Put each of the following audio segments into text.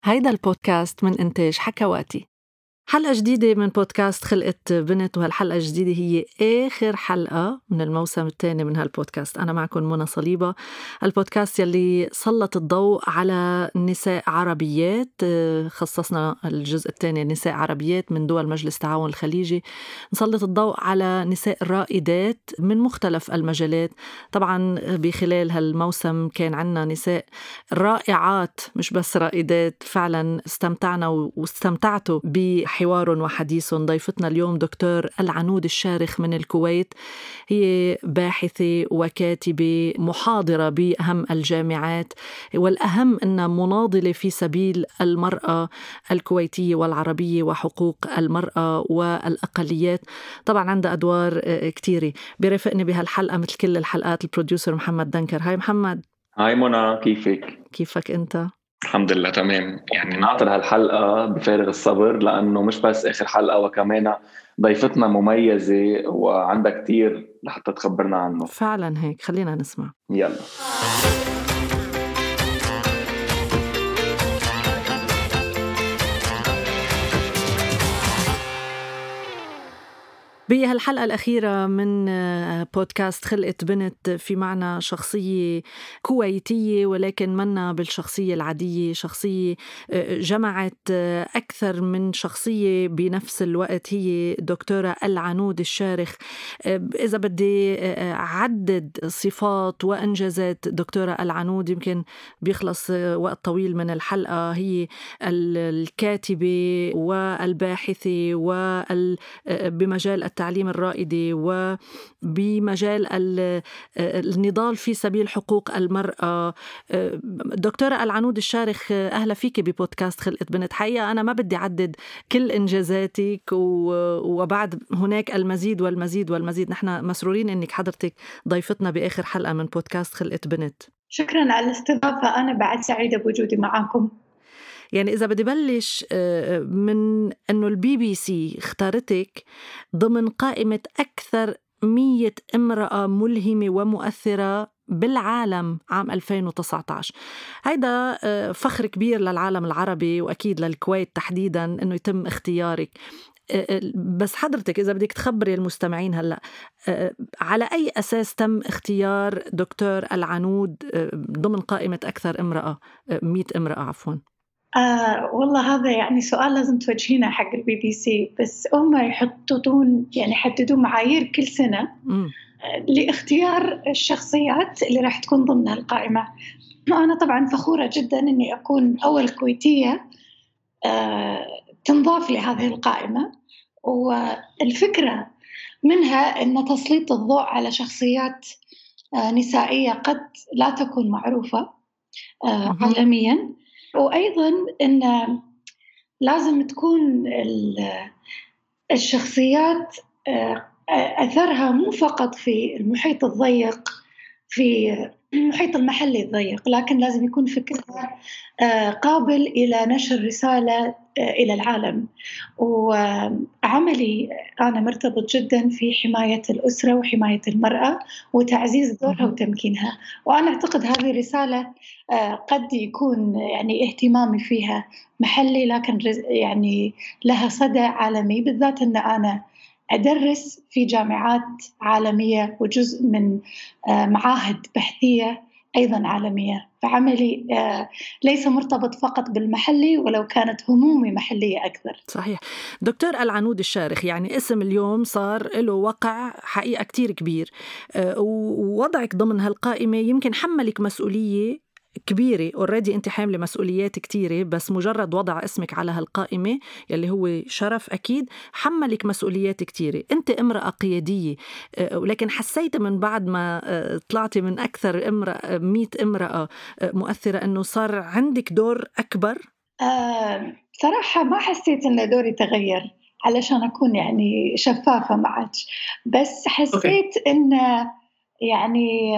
هيدا البودكاست من إنتاج حكواتي. حلقة جديدة من بودكاست خلقت بنت، وهالحلقة الجديدة هي آخر حلقة من الموسم الثاني من هالبودكاست. أنا معكم منى صليبة، البودكاست يلي سلط الضوء على نساء عربيات. خصصنا الجزء الثاني نساء عربيات من دول مجلس التعاون الخليجي. نسلط الضوء على نساء رائدات من مختلف المجالات. طبعا بخلال هالموسم كان عنا نساء رائعات مش بس رائدات، فعلا استمتعنا واستمتعتوا بحوار وحديث. ضيفتنا اليوم دكتور العنود الشارخ من الكويت، هي باحثة وكاتبة محاضرة بأهم الجامعات، والأهم أنها مناضلة في سبيل المرأة الكويتية والعربية وحقوق المرأة والأقليات. طبعا عندها أدوار كتيرة. برافقني بهالحلقة مثل كل الحلقات البروديوسر محمد دنكر. هاي محمد. هاي منى، كيفك أنت؟ الحمد لله تمام. يعني ناطر هالحلقة بفارغ الصبر، لأنه مش بس آخر حلقة، وكمان ضيفتنا مميزة وعندها كتير لحتى تخبرنا عنه. فعلا هيك، خلينا نسمع. يلا. بهالحلقة الأخيرة من بودكاست خلقت بنت في معنا شخصية كويتية، ولكن منا بالشخصية العادية، شخصية جمعت أكثر من شخصية بنفس الوقت. هي دكتورة العنود الشارخ. إذا بدي عدد صفات وإنجازات دكتورة العنود يمكن بيخلص وقت طويل من الحلقة. هي الكاتبة والباحثة بمجال التعليم الرائدي وبمجال النضال في سبيل حقوق المرأة. دكتورة العنود الشارخ، أهلا فيك ببودكاست خلقت بنت. حقيقة أنا ما بدي أعدد كل إنجازاتك، وبعد هناك المزيد والمزيد والمزيد. نحن مسرورين أنك حضرتك ضيفتنا بآخر حلقة من بودكاست خلقت بنت. شكراً على الاستضافة، أنا بعد سعيدة بوجودي معاكم. يعني إذا بدي بلش من أنه BBC اختارتك ضمن قائمة أكثر 100 امرأة ملهمة ومؤثرة بالعالم عام 2019. هيدا فخر كبير للعالم العربي وأكيد للكويت تحديداً أنه يتم اختيارك. بس حضرتك إذا بدك تخبري المستمعين هلأ، على أي أساس تم اختيار دكتور العنود ضمن قائمة أكثر امرأة 100 امرأة عفواً؟ والله هذا يعني سؤال لازم توجهينه حق BBC، بس هم يحددون معايير كل سنة لاختيار الشخصيات اللي راح تكون ضمن القائمة. وأنا طبعاً فخورة جداً إني أكون أول كويتية تنضاف لهذه القائمة. والفكرة منها أن تسليط الضوء على شخصيات نسائية قد لا تكون معروفة عالمياً، وأيضاً أن لازم تكون الشخصيات أثرها مو فقط في المحيط الضيق، في المحيط المحلي الضيق، لكن لازم يكون فكرها قابل إلى نشر رسالة إلى العالم. وعملي أنا مرتبط جداً في حماية الأسرة وحماية المرأة وتعزيز دورها وتمكينها، وأنا أعتقد هذه الرسالة قد يكون يعني اهتمامي فيها محلي، لكن يعني لها صدى عالمي، بالذات أن أنا أدرس في جامعات عالمية وجزء من معاهد بحثية أيضاً عالمية. فعملي ليس مرتبط فقط بالمحلي، ولو كانت همومي محلية أكثر. صحيح. دكتور العنود الشارخ، يعني اسم اليوم صار له وقع حقيقة كتير كبير، ووضعك ضمن هالقائمة يمكن حملك مسؤولية كبيرة. already أنت حاملة مسؤوليات كتيرة، بس مجرد وضع اسمك على هالقائمة يلي هو شرف أكيد حملك مسؤوليات كتيرة. أنت امرأة قيادية، ولكن حسيت من بعد ما طلعتي من أكثر 100 امرأة مؤثرة أنه صار عندك دور أكبر؟ صراحة ما حسيت إن دوري تغير، علشان أكون يعني شفافة معك، بس حسيت إن يعني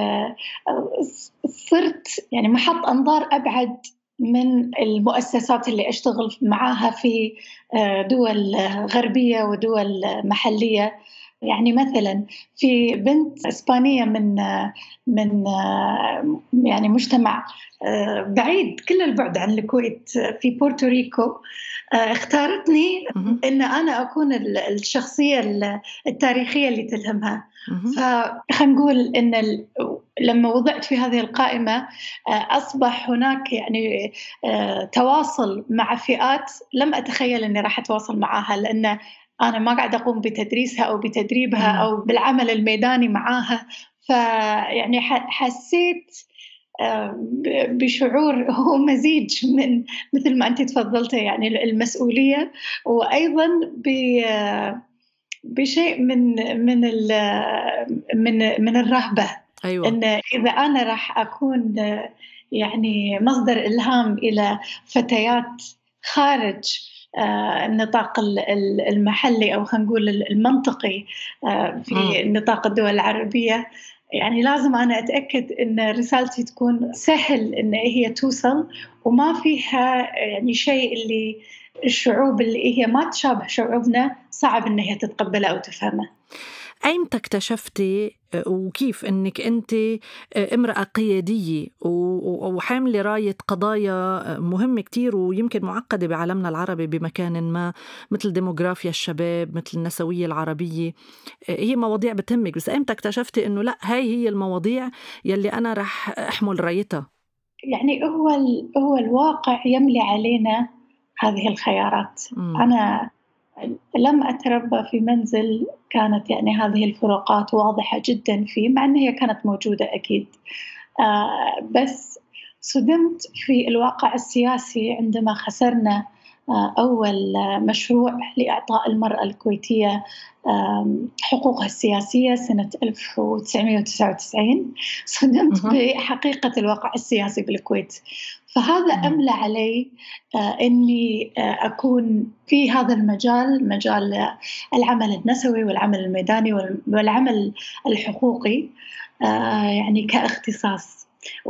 صرت يعني محط أنظار أبعد من المؤسسات اللي أشتغل معاها في دول غربية ودول محلية. يعني مثلا في بنت إسبانية من يعني مجتمع بعيد كل البعد عن الكويت في بورتوريكو، اختارتني إن أنا أكون الشخصية التاريخية اللي تلهمها. فخلينا نقول إن لما وضعت في هذه القائمة أصبح هناك يعني تواصل مع فئات لم أتخيل أني راح أتواصل معها، لأن أنا ما قاعدة أقوم بتدريسها أو بتدريبها أو بالعمل الميداني معاها. فيعني حسيت بشعور هو مزيج من مثل ما أنت تفضلتي يعني المسؤولية، وأيضا بشيء من الرهبة. أيوة. إن إذا أنا راح أكون يعني مصدر إلهام إلى فتيات خارج النطاق المحلي أو خلينا نقول المنطقي في نطاق الدول العربية، يعني لازم أنا أتأكد إن رسالتي تكون سهل إن هي توصل وما فيها يعني شيء اللي الشعوب اللي هي ما تشابه شعوبنا صعب إن هي تتقبلها أو تفهمها. أيمتى اكتشفتي وكيف أنك أنت امرأة قيادية وحاملة راية قضايا مهمة كتير ويمكن معقدة بعالمنا العربي بمكان ما، مثل ديموغرافيا الشباب، مثل النسوية العربية، هي مواضيع بتهمك، بس أيمتى اكتشفتي أنه لا، هاي هي المواضيع يلي أنا رح أحمل رايتها؟ يعني هو الواقع يملي علينا هذه الخيارات. أنا لم أتربى في منزل كانت يعني هذه الفروقات واضحة جدا فيه، مع أن هي كانت موجودة أكيد، بس صدمت في الواقع السياسي عندما خسرنا أول مشروع لإعطاء المرأة الكويتية حقوقها السياسية سنة 1999. صدمت بحقيقة الواقع السياسي بالكويت، فهذا أملى علي أني أكون في هذا المجال، مجال العمل النسوي والعمل الميداني والعمل الحقوقي، يعني كاختصاص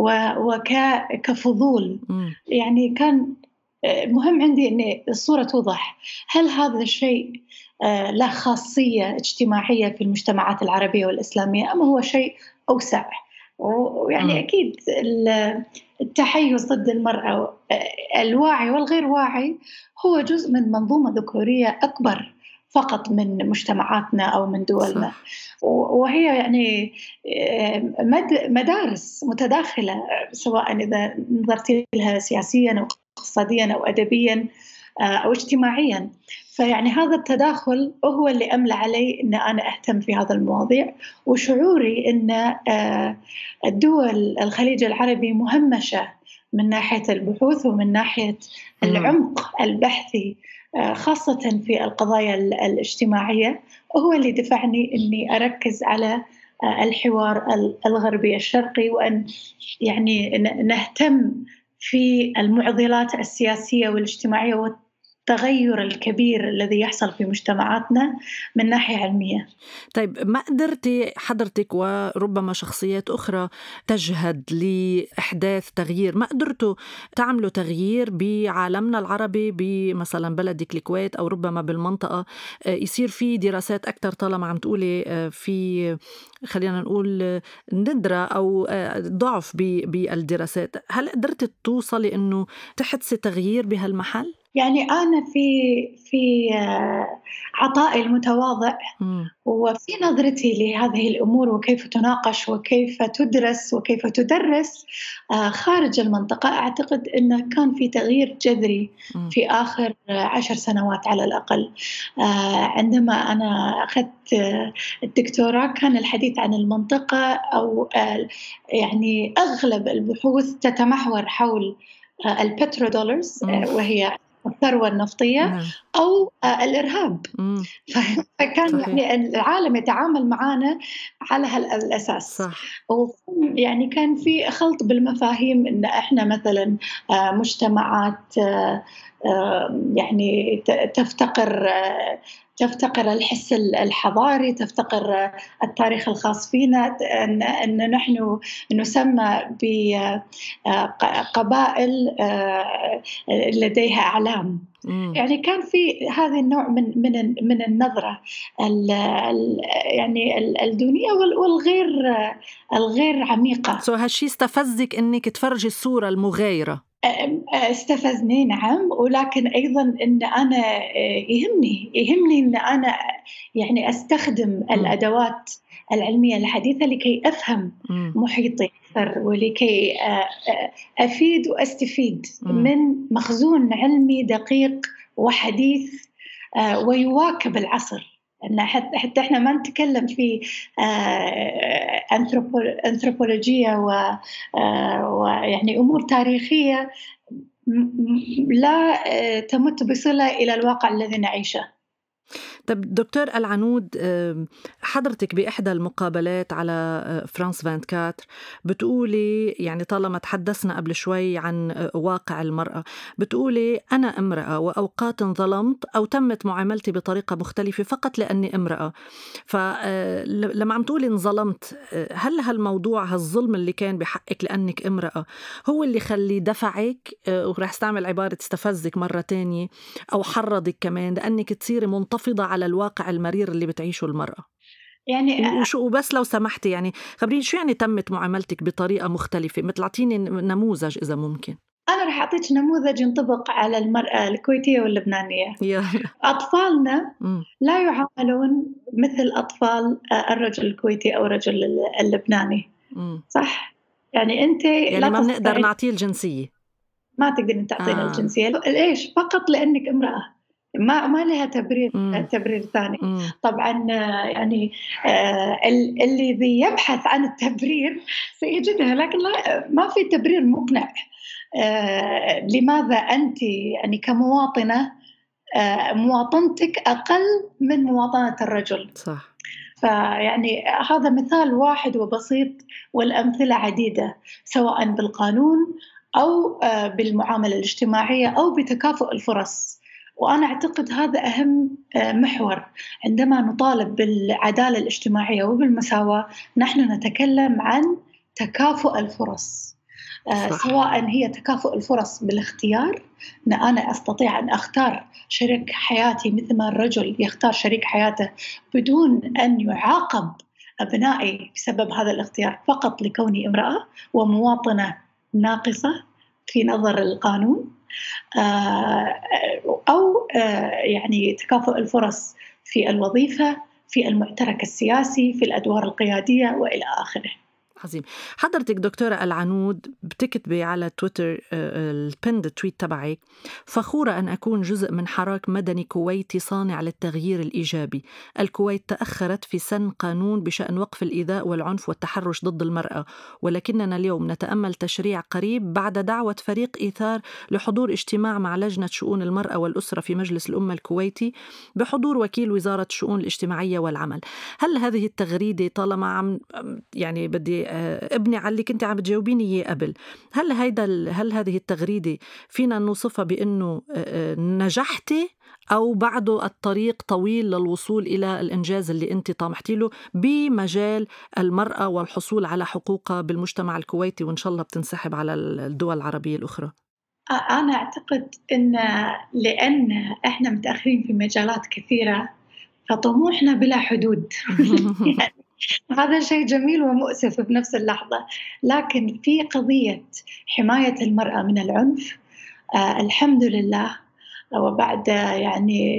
وكفضول. يعني كان مهم عندي أن الصورة توضح، هل هذا الشيء له خاصية اجتماعية في المجتمعات العربية والإسلامية أم هو شيء أوسع؟ ويعني أكيد التحيز ضد المرأة الواعي والغير واعي هو جزء من منظومة ذكورية أكبر فقط من مجتمعاتنا أو من دولنا. صح. وهي يعني مدارس متداخلة، سواء إذا نظرت لها سياسياً أو اقتصادياً أو أدبياً أو اجتماعياً. فيعني هذا التداخل هو اللي أملى علي أن أنا أهتم في هذا المواضيع، وشعوري أن الدول الخليج العربي مهمشة من ناحية البحوث ومن ناحية العمق البحثي، خاصة في القضايا الاجتماعية، هو اللي دفعني أني أركز على الحوار الغربي الشرقي، وأن يعني نهتم في المعضلات السياسية والاجتماعية والتغير الكبير الذي يحصل في مجتمعاتنا من ناحية علمية. طيب، ما قدرتي حضرتك وربما شخصيات أخرى تجهد لإحداث تغيير، ما قدرتوا تعملوا تغيير بعالمنا العربي، بمثلا بلدك الكويت أو ربما بالمنطقة، يصير في دراسات أكثر طالما عم تقولي في خلينا نقول ندرة أو ضعف بالدراسات، هل قدرتي توصلي أنه تحدثي تغيير بهالمحل؟ يعني أنا في عطائي المتواضع وفي نظرتي لهذه الأمور وكيف تناقش وكيف تدرس وكيف تدرس خارج المنطقة، أعتقد أنه كان في تغيير جذري في آخر 10 سنوات على الأقل. عندما أنا أخذت الدكتوراه كان الحديث عن المنطقة، أو يعني أغلب البحوث تتمحور حول البترودولارز وهي الثروة النفطية أو الإرهاب. فكان يعني العالم يتعامل معنا على هالأساس. صح. يعني كان في خلط بالمفاهيم، إن إحنا مثلا مجتمعات يعني تفتقر تفتقر الحس الحضاري، تفتقر التاريخ الخاص فينا، أن نحن نسمى بقبائل لديها أعلام. يعني كان في هذا النوع من النظرة يعني الدونية الغير عميقة. هالشي استفزك إنك تفرجي الصورة المغايرة؟ استفزني نعم، ولكن أيضا إن أنا يهمني إن أنا يعني أستخدم الأدوات العلمية الحديثة لكي أفهم محيطي أكثر، ولكي أفيد وأستفيد من مخزون علمي دقيق وحديث ويواكب العصر. إن حتى إحنا ما نتكلم في أنثروبولوجيا ويعني أمور تاريخية لا تمت بصلة إلى الواقع الذي نعيشه. طب دكتور العنود، حضرتك بإحدى المقابلات على فرانس 24 بتقولي، يعني طالما تحدثنا قبل شوي عن واقع المرأة، بتقولي أنا امرأة وأوقات ظلمت أو تمت معاملتي بطريقة مختلفة فقط لأني امرأة. فلما عم تقولي انظلمت، هل هالموضوع هالظلم اللي كان بحقك لأنك امرأة هو اللي خلي دفعك، ورح استعمل عبارة استفزك مرة تانية، أو حرضك كمان لأنك تصيري منتفضة على الواقع المرير اللي بتعيشه المرأة؟ يعني وبس لو سمحتي يعني خبريني شو يعني تمت معاملتك بطريقة مختلفة، مثل أعطيني نموذج إذا ممكن. أنا رح أعطيك نموذج ينطبق على المرأة الكويتية واللبنانية. أطفالنا لا يعاملون مثل أطفال الرجل الكويتي أو الرجل اللبناني. صح؟ يعني أنت يعني لا ما بنقدر نعطيه الجنسية، ما تقدرين تعطينا الجنسية. ليش؟ فقط لأنك امرأة، ما لها تبرير ثاني. طبعا يعني الذي يبحث عن التبرير سيجدها، لكن ما في تبرير مقنع. لماذا أنت يعني كمواطنة مواطنتك أقل من مواطنة الرجل؟ صح. فيعني هذا مثال واحد وبسيط، والأمثلة عديدة، سواء بالقانون أو بالمعاملة الاجتماعية أو بتكافؤ الفرص. وأنا أعتقد هذا أهم محور عندما نطالب بالعدالة الاجتماعية وبالمساواة. نحن نتكلم عن تكافؤ الفرص، سواء هي تكافؤ الفرص بالاختيار، أن أنا أستطيع أن أختار شريك حياتي مثل ما الرجل يختار شريك حياته بدون أن يعاقب أبنائي بسبب هذا الاختيار فقط لكوني امرأة ومواطنة ناقصة في نظر القانون، أو يعني تكافؤ الفرص في الوظيفة، في المعترك السياسي، في الأدوار القيادية وإلى آخره. عظيم. حضرتك دكتورة العنود بتكتبي على تويتر البند تويت تبعك: فخورة أن أكون جزء من حراك مدني كويتي صانع للتغيير الإيجابي. الكويت تأخرت في سن قانون بشأن وقف الإيذاء والعنف والتحرش ضد المرأة، ولكننا اليوم نتأمل تشريع قريب بعد دعوة فريق إيثار لحضور اجتماع مع لجنة شؤون المرأة والأسرة في مجلس الأمة الكويتي بحضور وكيل وزارة الشؤون الاجتماعية والعمل. هل هذه التغريدة، طالما عم يعني بدي ابني على اللي كنت عم بتجاوبيني إياه قبل، هل هذه التغريدة فينا نوصفها بأنه نجحتي أو بعده الطريق طويل للوصول إلى الإنجاز اللي أنت طامحتي له بمجال المرأة والحصول على حقوقها بالمجتمع الكويتي، وإن شاء الله بتنسحب على الدول العربية الأخرى؟ أنا أعتقد أن لأن إحنا متأخرين في مجالات كثيرة فطموحنا بلا حدود. يعني هذا شيء جميل ومؤسف بنفس اللحظة. لكن في قضية حماية المرأة من العنف، الحمد لله، وبعد يعني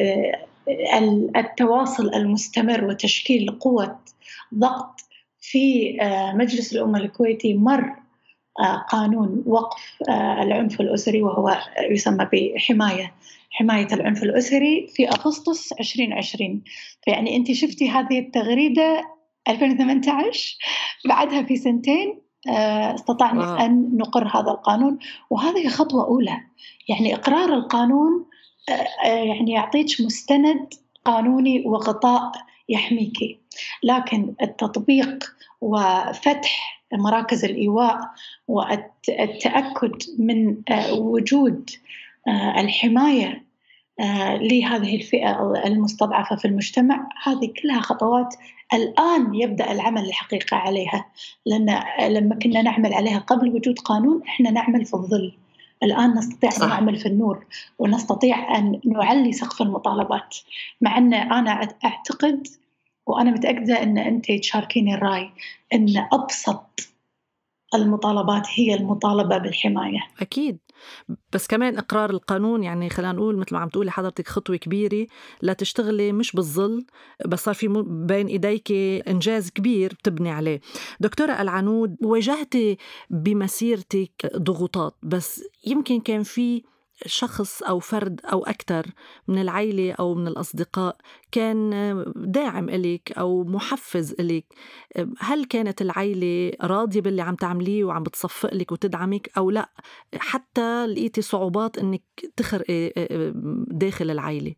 التواصل المستمر وتشكيل قوة ضغط في مجلس الأمة الكويتي، مر قانون وقف العنف الأسري، وهو يسمى حماية العنف الأسري، في أغسطس 2020. فيعني أنت شفتي هذه التغريدة 2018، بعدها في سنتين استطعنا أن نقر هذا القانون، وهذه خطوة أولى. يعني إقرار القانون يعني يعطيك مستند قانوني وغطاء يحميك، لكن التطبيق وفتح مراكز الإيواء والتأكد من وجود الحماية لهذه الفئة المستضعفة في المجتمع. هذه كلها خطوات الآن يبدأ العمل الحقيقة عليها، لأن لما كنا نعمل عليها قبل وجود قانون إحنا نعمل في الظل. الآن نستطيع أن نعمل في النور، ونستطيع أن نعلي سقف المطالبات. مع أن أنا أعتقد وأنا متأكدة أن أنت تشاركيني الرأي أن أبسط المطالبات هي المطالبة بالحماية. أكيد، بس كمان إقرار القانون، يعني خلينا نقول مثل ما عم تقولي حضرتك خطوة كبيرة لا تشتغلي مش بالظل، بس صار في بين إيديك إنجاز كبير بتبني عليه. دكتورة العنود، واجهتي بمسيرتك ضغوطات، بس يمكن كان في شخص أو فرد أو أكثر من العائلة أو من الأصدقاء كان داعم إليك أو محفز إليك. هل كانت العائلة راضية باللي عم تعمليه وعم بتصفق لك وتدعمك، أو لا حتى لقيتي صعوبات إنك تخرقي داخل العائلة؟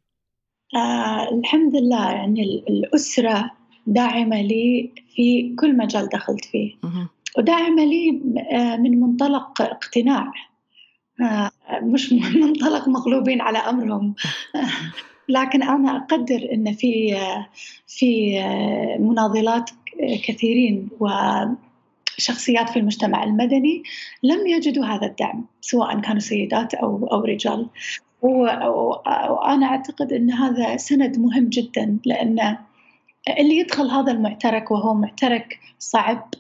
الحمد لله، يعني الأسرة داعمة لي في كل مجال دخلت فيه، وداعمة لي من منطلق اقتناع، مش من منطلق مغلوبين على أمرهم. لكن أنا أقدر أن في مناضلات كثيرين وشخصيات في المجتمع المدني لم يجدوا هذا الدعم، سواء كانوا سيدات أو رجال. وأنا أعتقد أن هذا سند مهم جدا، لأن اللي يدخل هذا المعترك وهو معترك صعب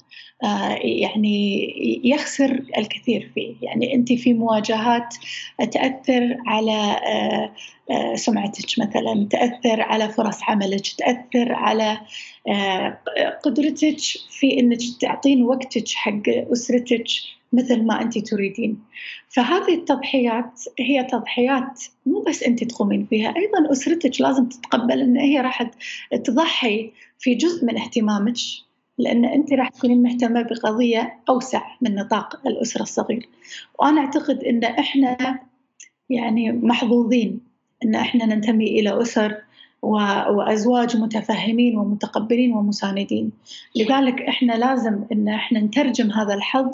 يعني يخسر الكثير فيه. يعني أنت في مواجهات تأثر على سمعتك مثلا، تأثر على فرص عملك، تأثر على قدرتك في أنك تعطين وقتك حق أسرتك مثل ما أنت تريدين. فهذه التضحيات هي تضحيات مو بس أنت تقومين فيها، أيضا أسرتك لازم تتقبل أن هي راح تضحي في جزء من اهتمامك، لأن أنت راح تكونين مهتمة بقضية أوسع من نطاق الأسرة الصغير. وأنا أعتقد أن إحنا يعني محظوظين أن إحنا ننتمي إلى أسر وأزواج متفهمين ومتقبلين ومساندين. لذلك إحنا لازم أن إحنا نترجم هذا الحظ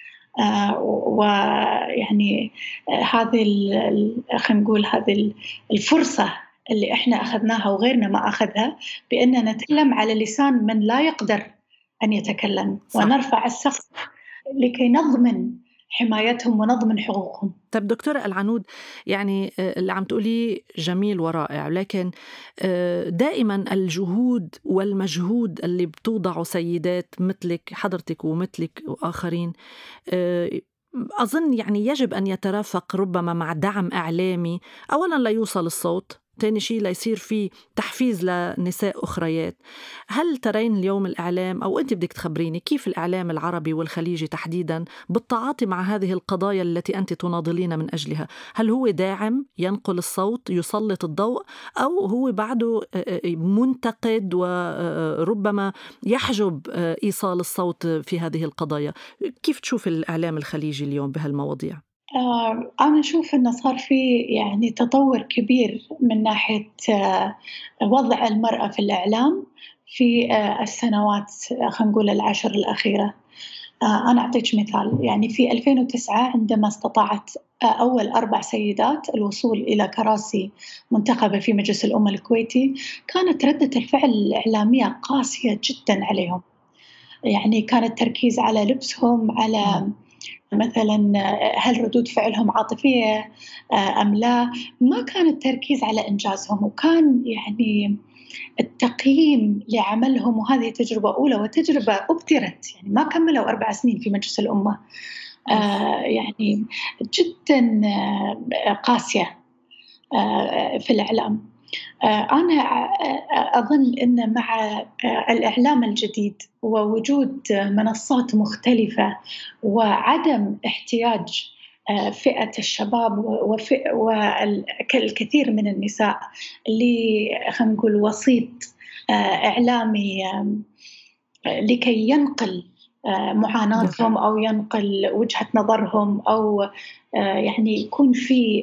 ويعني هذه خلينا نقول هذه الفرصة اللي إحنا أخذناها وغيرنا ما أخذها، بأننا نتكلم على لسان من لا يقدر أن يتكلم. صح. ونرفع السقف لكي نضمن حمايتهم ونضمن حقوقهم. طب دكتورة العنود، يعني اللي عم تقولي جميل ورائع، لكن دائما الجهود والمجهود اللي بتوضعه سيدات مثلك حضرتك ومثلك وآخرين أظن يعني يجب أن يترافق ربما مع دعم إعلامي، أولا لا يوصل الصوت، تاني شيء لا يصير في تحفيز لنساء أخريات. هل ترين اليوم الإعلام، أو أنت بدك تخبريني كيف الإعلام العربي والخليجي تحديداً بالتعاطي مع هذه القضايا التي أنت تناضلين من أجلها؟ هل هو داعم ينقل الصوت يسلط الضوء، أو هو بعده منتقد وربما يحجب إيصال الصوت في هذه القضايا؟ كيف تشوف الإعلام الخليجي اليوم بهالمواضيع؟ أنا أشوف أنه صار في يعني تطور كبير من ناحية وضع المرأة في الإعلام في السنوات خلينا نقول 10 الأخيرة. أنا أعطيك مثال، يعني في 2009 عندما استطاعت أول 4 سيدات الوصول إلى كراسي منتخبة في مجلس الأمة الكويتي، كانت ردة الفعل الإعلامية قاسية جدا عليهم. يعني كان التركيز على لبسهم، على مثلا هل ردود فعلهم عاطفية أم لا، ما كان التركيز على إنجازهم، وكان يعني التقييم لعملهم. وهذه تجربة أولى وتجربة أبترت، يعني ما كملوا 4 سنين في مجلس الأمة. يعني جدا قاسية في الإعلام. أنا أظن أن مع الإعلام الجديد ووجود منصات مختلفة وعدم احتياج فئة الشباب والكثير من النساء اللي خلينا نقول وسيط إعلامي لكي ينقل معاناتهم أو ينقل وجهة نظرهم، أو يعني يكون في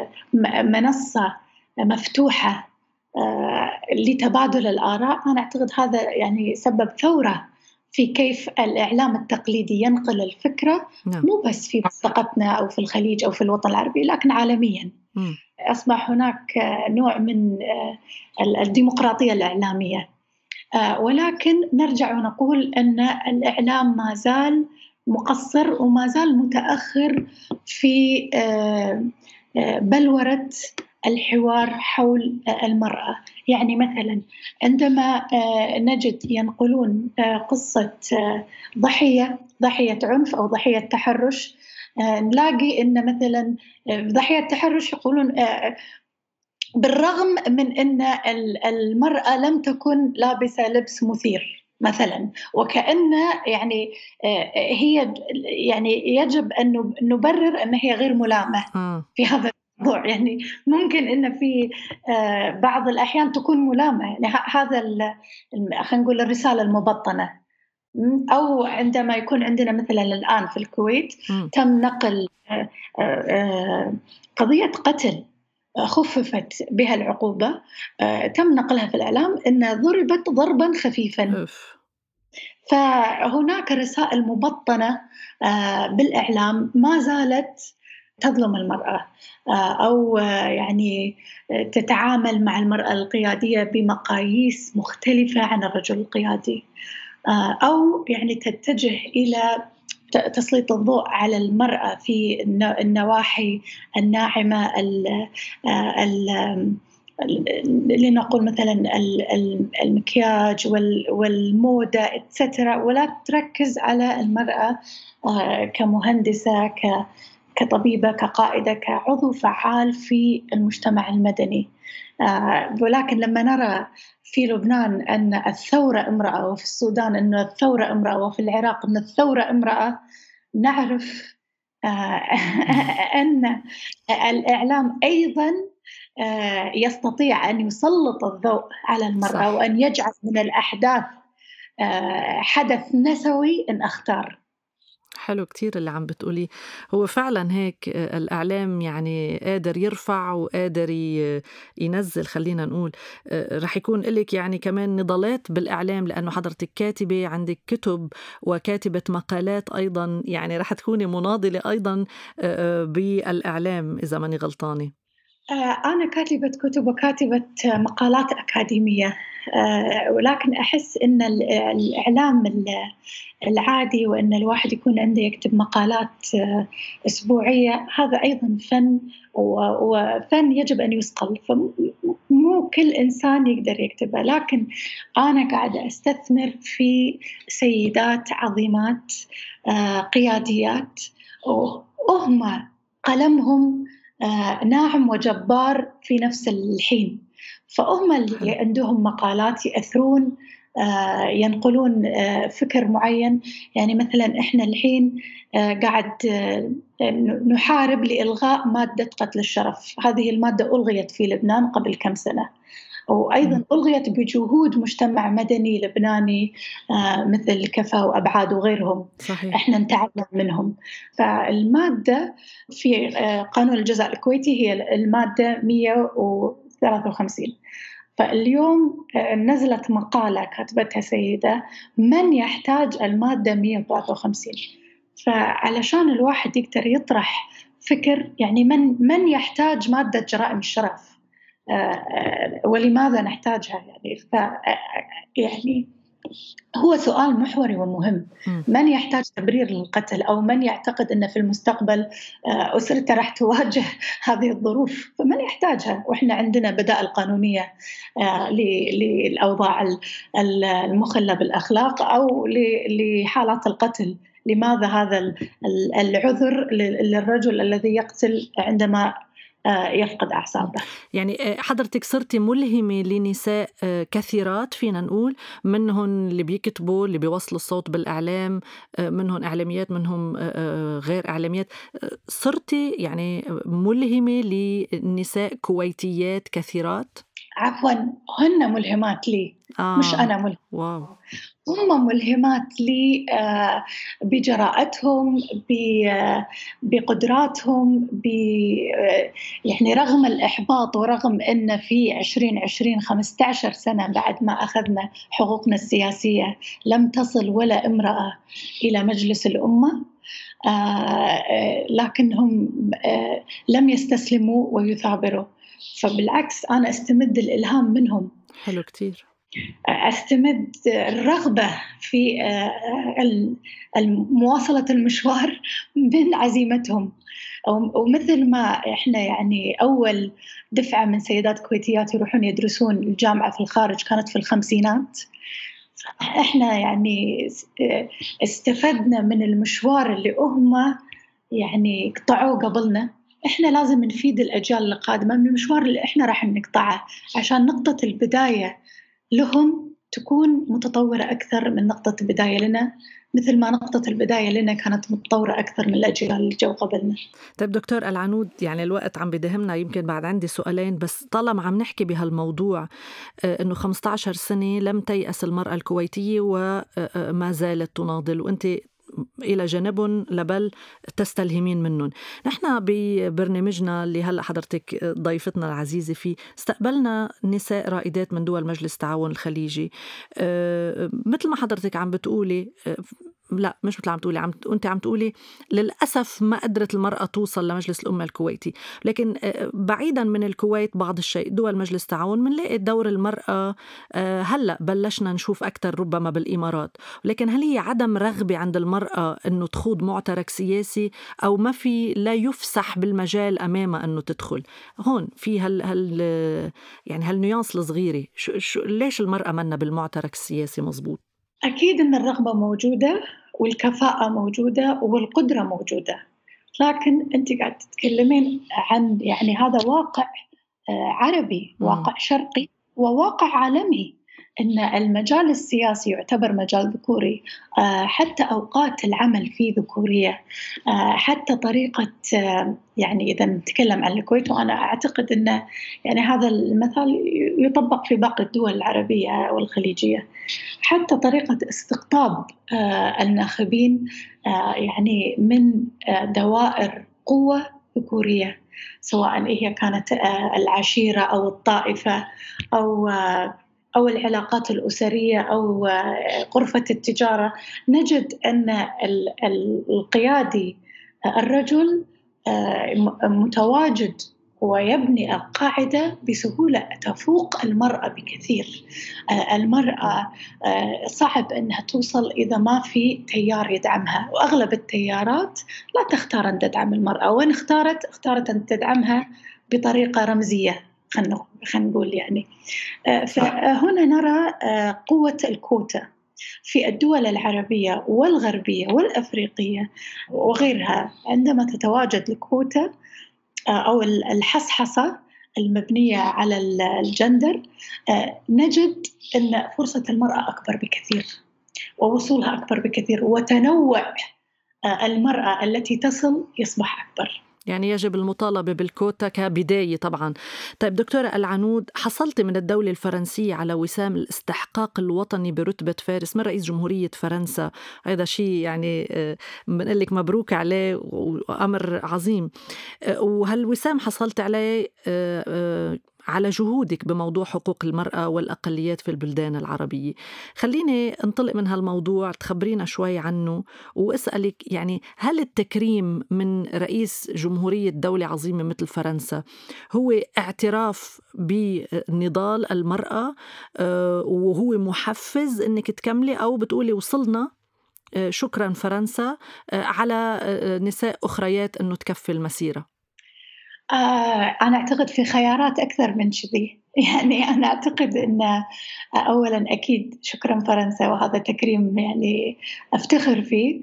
منصة مفتوحة لتبادل الآراء. أنا أعتقد هذا يعني سبب ثورة في كيف الإعلام التقليدي ينقل الفكرة، مو بس في منطقتنا أو في الخليج أو في الوطن العربي، لكن عالمياً. أصبح هناك نوع من الديمقراطية الإعلامية، ولكن نرجع ونقول أن الإعلام ما زال مقصر وما زال متأخر في بلورة الحوار حول المرأة. يعني مثلا عندما نجد ينقلون قصة ضحية عنف أو ضحية تحرش، نلاقي أن مثلا ضحية التحرش يقولون بالرغم من أن المرأة لم تكن لابسة لبس مثير مثلا، وكأن يعني هي يعني يجب أن نبرر أن هي غير ملامة في هذا الموضوع. يعني ممكن أن في بعض الأحيان تكون ملامة، يعني هذا خلينا نقول الرسالة المبطنة. أو عندما يكون عندنا مثلا الآن في الكويت تم نقل قضية قتل خففت بها العقوبة، تم نقلها في الإعلام أن ضربت ضربا خفيفا. فهناك رسائل مبطنة بالإعلام ما زالت تظلم المرأة، أو يعني تتعامل مع المرأة القيادية بمقاييس مختلفة عن الرجل القيادي، أو يعني تتجه إلى تسليط الضوء على المرأة في النواحي الناعمة، لنقول مثلا المكياج والموضة etc، ولا تركز على المرأة كمهندسة، كطبيبة، كقائدة، كعضو فعال في المجتمع المدني. ولكن لما نرى في لبنان أن الثورة امرأة، وفي السودان أن الثورة امرأة، وفي العراق أن الثورة امرأة، نعرف أن الإعلام أيضاً يستطيع أن يسلط الضوء على المرأة، صح. وأن يجعل من الأحداث حدث نسوي إن أختار. حلو كتير اللي عم بتقولي. هو فعلا هيك الإعلام يعني قادر يرفع وقادر ينزل. خلينا نقول رح يكون لك يعني كمان نضالات بالإعلام، لأنه حضرتك كاتبة، عندك كتب وكاتبة مقالات أيضا، يعني رح تكوني مناضلة أيضا بالإعلام إذا ماني غلطانة. أنا كاتبة كتب وكاتبة مقالات أكاديمية، ولكن أحس أن الإعلام العادي وأن الواحد يكون عنده يكتب مقالات أسبوعية، هذا أيضا فن، وفن يجب أن يصقل، فمو كل إنسان يقدر يكتبه. لكن أنا قاعدة أستثمر في سيدات عظيمات قياديات، وهم قلمهم ناعم وجبار في نفس الحين، فهم اللي عندهم مقالات يأثرون، ينقلون فكر معين. يعني مثلا إحنا الحين قاعد نحارب لإلغاء مادة قتل الشرف. هذه المادة ألغيت في لبنان قبل كم سنة، وأيضاً ألغيت بجهود مجتمع مدني لبناني مثل كفا وأبعاد وغيرهم. صحيح. إحنا نتعلم منهم. فالمادة في قانون الجزاء الكويتي هي المادة 153. فاليوم نزلت مقالة كاتبتها سيدة من يحتاج المادة 153. فعلشان الواحد يقدر يطرح فكر، يعني من يحتاج مادة جرائم الشرف، ولماذا نحتاجها؟ يعني هو سؤال محوري ومهم. من يحتاج تبرير للقتل، أو من يعتقد أن في المستقبل أسرته راح تواجه هذه الظروف، فمن يحتاجها؟ وإحنا عندنا بدائل قانونية للأوضاع المخلة بالأخلاق أو لحالات القتل. لماذا هذا العذر للرجل الذي يقتل عندما يفقد أعصابه؟ يعني حضرتك صرتي ملهمة لنساء كثيرات، فينا نقول، منهم اللي بيكتبوا، اللي بيوصلوا الصوت بالإعلام، منهم إعلاميات، منهم غير إعلاميات. صرتي يعني ملهمة لنساء كويتيات كثيرات. عفواً، هن ملهمات لي، مش أنا ملهم. واو. هم ملهمات لي بجراءتهم، بقدراتهم، يعني رغم الإحباط، ورغم أن في 2020 15 سنة بعد ما أخذنا حقوقنا السياسية لم تصل ولا امرأة إلى مجلس الأمة، لكنهم لم يستسلموا ويثابروا. فبالعكس أنا أستمد الإلهام منهم، حلو كتير. أستمد الرغبة في مواصلة المشوار من عزيمتهم. ومثل ما إحنا يعني أول دفعة من سيدات كويتيات يروحون يدرسون الجامعة في الخارج كانت في الخمسينات، إحنا يعني استفدنا من المشوار اللي هم يعني قطعوه قبلنا. إحنا لازم نفيد الأجيال القادمة من المشوار اللي إحنا راح نقطعه، عشان نقطة البداية لهم تكون متطورة أكثر من نقطة البداية لنا، مثل ما نقطة البداية لنا كانت متطورة أكثر من الأجيال اللي جو قبلنا. طيب دكتور العنود، يعني الوقت عم بدهمنا، يمكن بعد عندي سؤالين، بس طالما عم نحكي بهالموضوع إنه 15 سنة لم تيأس المرأة الكويتية وما زالت تناضل، وأنت إلى جانبهم لبل تستلهمين منهم. نحن ببرنامجنا اللي هلأ حضرتك ضيفتنا العزيزة فيه استقبلنا نساء رائدات من دول مجلس التعاون الخليجي. مثل ما حضرتك عم بتقولي، لا مش مثل عم تقولي، أنت عم تقولي للأسف ما قدرت المرأة توصل لمجلس الأمة الكويتي، لكن بعيدا من الكويت بعض الشيء دول مجلس التعاون منلاقي دور المرأة هلأ بلشنا نشوف أكتر ربما بالإمارات، لكن هل هي عدم رغبة عند المرأة أنه تخوض معترك سياسي، أو ما في لا يفسح بالمجال أمامها أنه تدخل هون في يعني هالنيانس الصغيرة؟ ليش المرأة منا بالمعترك السياسي مزبوط؟ أكيد أن الرغبة موجودة والكفاءة موجودة والقدرة موجودة، لكن أنت قاعد تتكلمين عن يعني هذا واقع عربي، واقع شرقي وواقع عالمي، إن المجال السياسي يعتبر مجال ذكوري، حتى أوقات العمل فيه ذكورية، حتى طريقة يعني إذا نتكلم عن الكويت، وأنا أعتقد أن يعني هذا المثال يطبق في باقي الدول العربية والخليجية، حتى طريقة استقطاب الناخبين يعني من دوائر قوة ذكورية، سواء هي كانت العشيرة أو الطائفة أو العلاقات الأسرية أو غرفة التجارة، نجد أن القيادي الرجل متواجد ويبني القاعدة بسهولة تفوق المرأة بكثير. المرأة صعب أنها توصل إذا ما في تيار يدعمها، وأغلب التيارات لا تختار أن تدعم المرأة، وإن اختارت أن تدعمها بطريقة رمزية، خلينا نقول يعني. فهنا نرى قوة الكوتا في الدول العربية والغربية والأفريقية وغيرها. عندما تتواجد الكوتا أو الحصحصة المبنية على الجندر، نجد أن فرصة المرأة أكبر بكثير ووصولها أكبر بكثير، وتنوع المرأة التي تصل يصبح أكبر. يعني يجب المطالبة بالكوتا كبداية طبعا. طيب دكتورة العنود، حصلت من الدولة الفرنسية على وسام الاستحقاق الوطني برتبة فارس من رئيس جمهورية فرنسا. هذا شيء يعني بنقول لك مبروك عليه وأمر عظيم. وهالوسام حصلت عليه على جهودك بموضوع حقوق المرأة والأقليات في البلدان العربية. خليني انطلق من هالموضوع، تخبرينا شوي عنه، وأسألك يعني هل التكريم من رئيس جمهورية دولة عظيمة مثل فرنسا هو اعتراف بنضال المرأة وهو محفز انك تكملي، أو بتقولي وصلنا شكرا فرنسا على نساء أخريات أنه تكفي المسيرة؟ أنا أعتقد في خيارات أكثر من كذي. يعني أنا أعتقد أن أولاً أكيد شكراً فرنسا، وهذا تكريم يعني أفتخر فيه،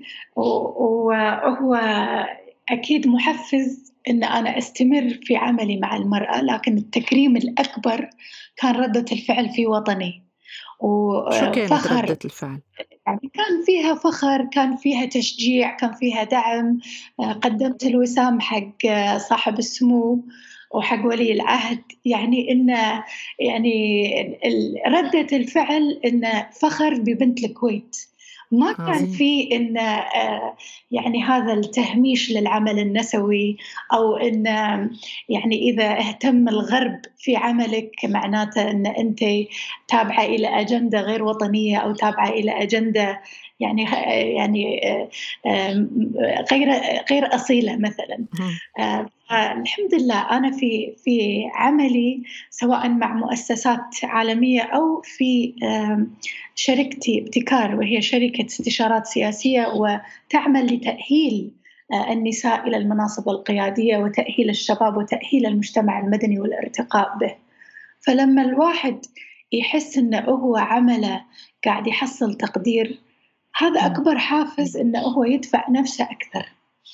وهو أكيد محفز أن أنا أستمر في عملي مع المرأة. لكن التكريم الأكبر كان ردة الفعل في وطني شو كانت وفخر. ردة الفعل؟ يعني كان فيها فخر، كان فيها تشجيع، كان فيها دعم. قدمت الوسام حق صاحب السمو وحق ولي العهد، يعني إن يعني ردة الفعل إن فخر ببنت الكويت. ما كان في إن يعني هذا التهميش للعمل النسوي، أو إن يعني إذا اهتم الغرب في عملك معناته إن أنت تابعة إلى أجندة غير وطنية، أو تابعة إلى أجندة يعني غير أصيلة مثلا. الحمد لله أنا في عملي سواء مع مؤسسات عالمية أو في شركتي ابتكار، وهي شركة استشارات سياسية وتعمل لتأهيل النساء إلى المناصب القيادية وتأهيل الشباب وتأهيل المجتمع المدني والارتقاء به. فلما الواحد يحس إنه هو عمله قاعد يحصل تقدير، هذا أكبر حافز إنه هو يدفع نفسه أكثر.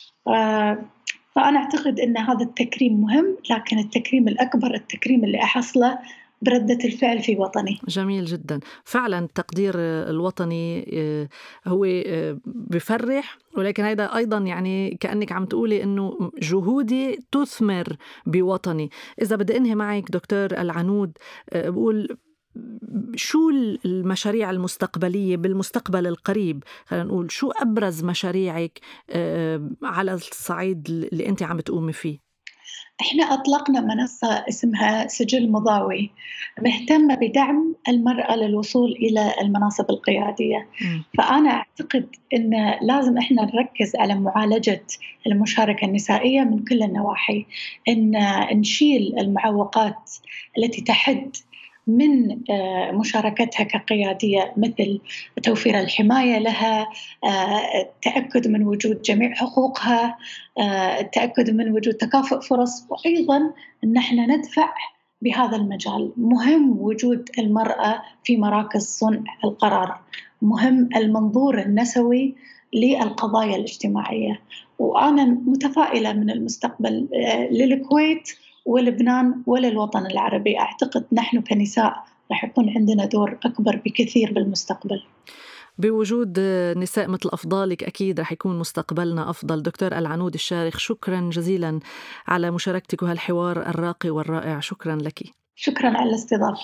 فأنا أعتقد إن هذا التكريم مهم، لكن التكريم الأكبر التكريم اللي أحصله بردة الفعل في وطني. جميل جدا. فعلا التقدير الوطني هو بفرح، ولكن هذا أيضا يعني كأنك عم تقولي أنه جهودي تثمر بوطني. إذا بدي أنهي معك دكتور العنود، بقول شو المشاريع المستقبلية بالمستقبل القريب؟ خلينا نقول شو أبرز مشاريعك على الصعيد اللي أنت عم تقومي فيه؟ إحنا أطلقنا منصة اسمها سجل مضاوي، مهتمة بدعم المرأة للوصول إلى المناصب القيادية. فأنا أعتقد إن لازم إحنا نركز على معالجة المشاركة النسائية من كل النواحي، إن نشيل المعوقات التي تحد من مشاركتها كقيادية، مثل توفير الحماية لها، التأكد من وجود جميع حقوقها، التأكد من وجود تكافؤ فرص، وأيضاً أن احنا ندفع بهذا المجال. مهم وجود المرأة في مراكز صنع القرار، مهم المنظور النسوي للقضايا الاجتماعية. وأنا متفائلة من المستقبل للكويت ولبنان وللوطن العربي. أعتقد نحن كنساء رح يكون عندنا دور أكبر بكثير بالمستقبل. بوجود نساء مثل أفضالك أكيد رح يكون مستقبلنا أفضل. دكتور العنود الشارخ، شكرا جزيلا على مشاركتك وهالحوار الراقي والرائع. شكرا لك. شكرا على الاستضافة.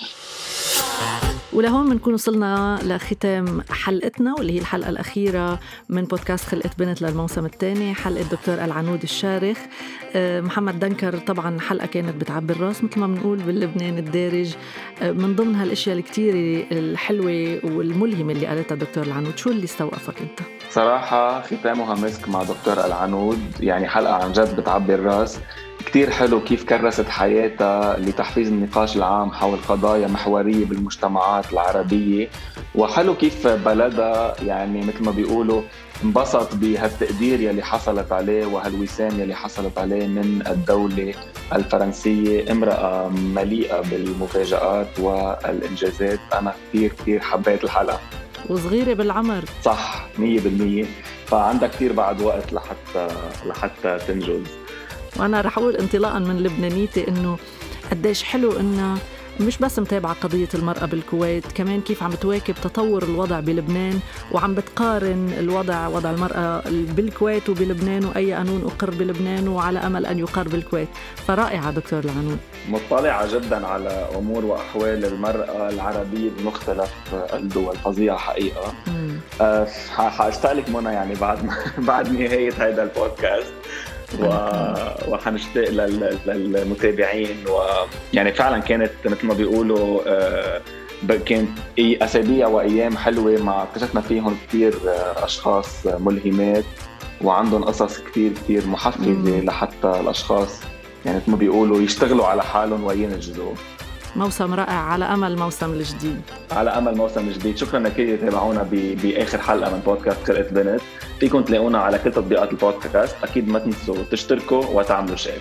ولهون بنكون وصلنا لختام حلقتنا، واللي هي الحلقة الأخيرة من بودكاست خلقة بنت للموسم الثاني، حلقة دكتور العنود الشارخ. محمد دنكر طبعا حلقة كانت بتعبي الراس مثل ما بنقول باللبنان الدارج. من ضمن هالاشياء الكتير الحلوة والملهمة اللي قالتها دكتور العنود، شو اللي استوقفك انت؟ صراحة ختامها مسك مع دكتور العنود، يعني حلقة عن جد بتعبي الراس. كتير حلو كيف كرست حياتها لتحفيز النقاش العام حول قضايا محورية بالمجتمعات العربية، وحلو كيف بلدها يعني مثل ما بيقولوا انبسط بهالتقدير يلي حصلت عليه وهالوسام يلي حصلت عليه من الدولة الفرنسية. امرأة مليئة بالمفاجآت والإنجازات. أنا كتير حبيت الحلقة، وصغيرة بالعمر. صح 100%. فعندها كتير بعد وقت لحتى تنجز. وأنا رح أقول انطلاقاً من لبنانيتي إنه قديش حلو إنه مش بس متابعة قضية المرأة بالكويت، كمان كيف عم بتواكب تطور الوضع بلبنان، وعم بتقارن وضع المرأة بالكويت وبلبنان، وأي قانون أقر بلبنان وعلى أمل أن يقر بالكويت. فرائعة دكتور العنود. مطلعة جدا على أمور وأحوال المرأة العربية بمختلف الدول. فظيعة حقيقة. حأشتغلك منى يعني بعد نهاية هذا البودكاست، وحنشتاق للمتابعين. ويعني فعلا كانت مثل ما بيقولوا كانت أسابيع وأيام حلوة، مع اكتشفنا فيهم كتير أشخاص ملهمات وعندهم قصص كتير محفزة لحتى الأشخاص يعني مثل ما بيقولوا يشتغلوا على حالهم وينجزوا. موسم رائع، على أمل موسم الجديد. شكرا لكم تابعونا بآخر حلقة من بودكاست خلقة بنت. فيكم تلاقونا على كل تطبيقات البودكاست. أكيد ما تنسوا تشتركوا وتعملوا شير.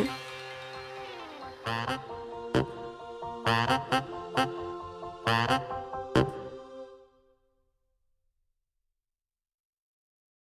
باي.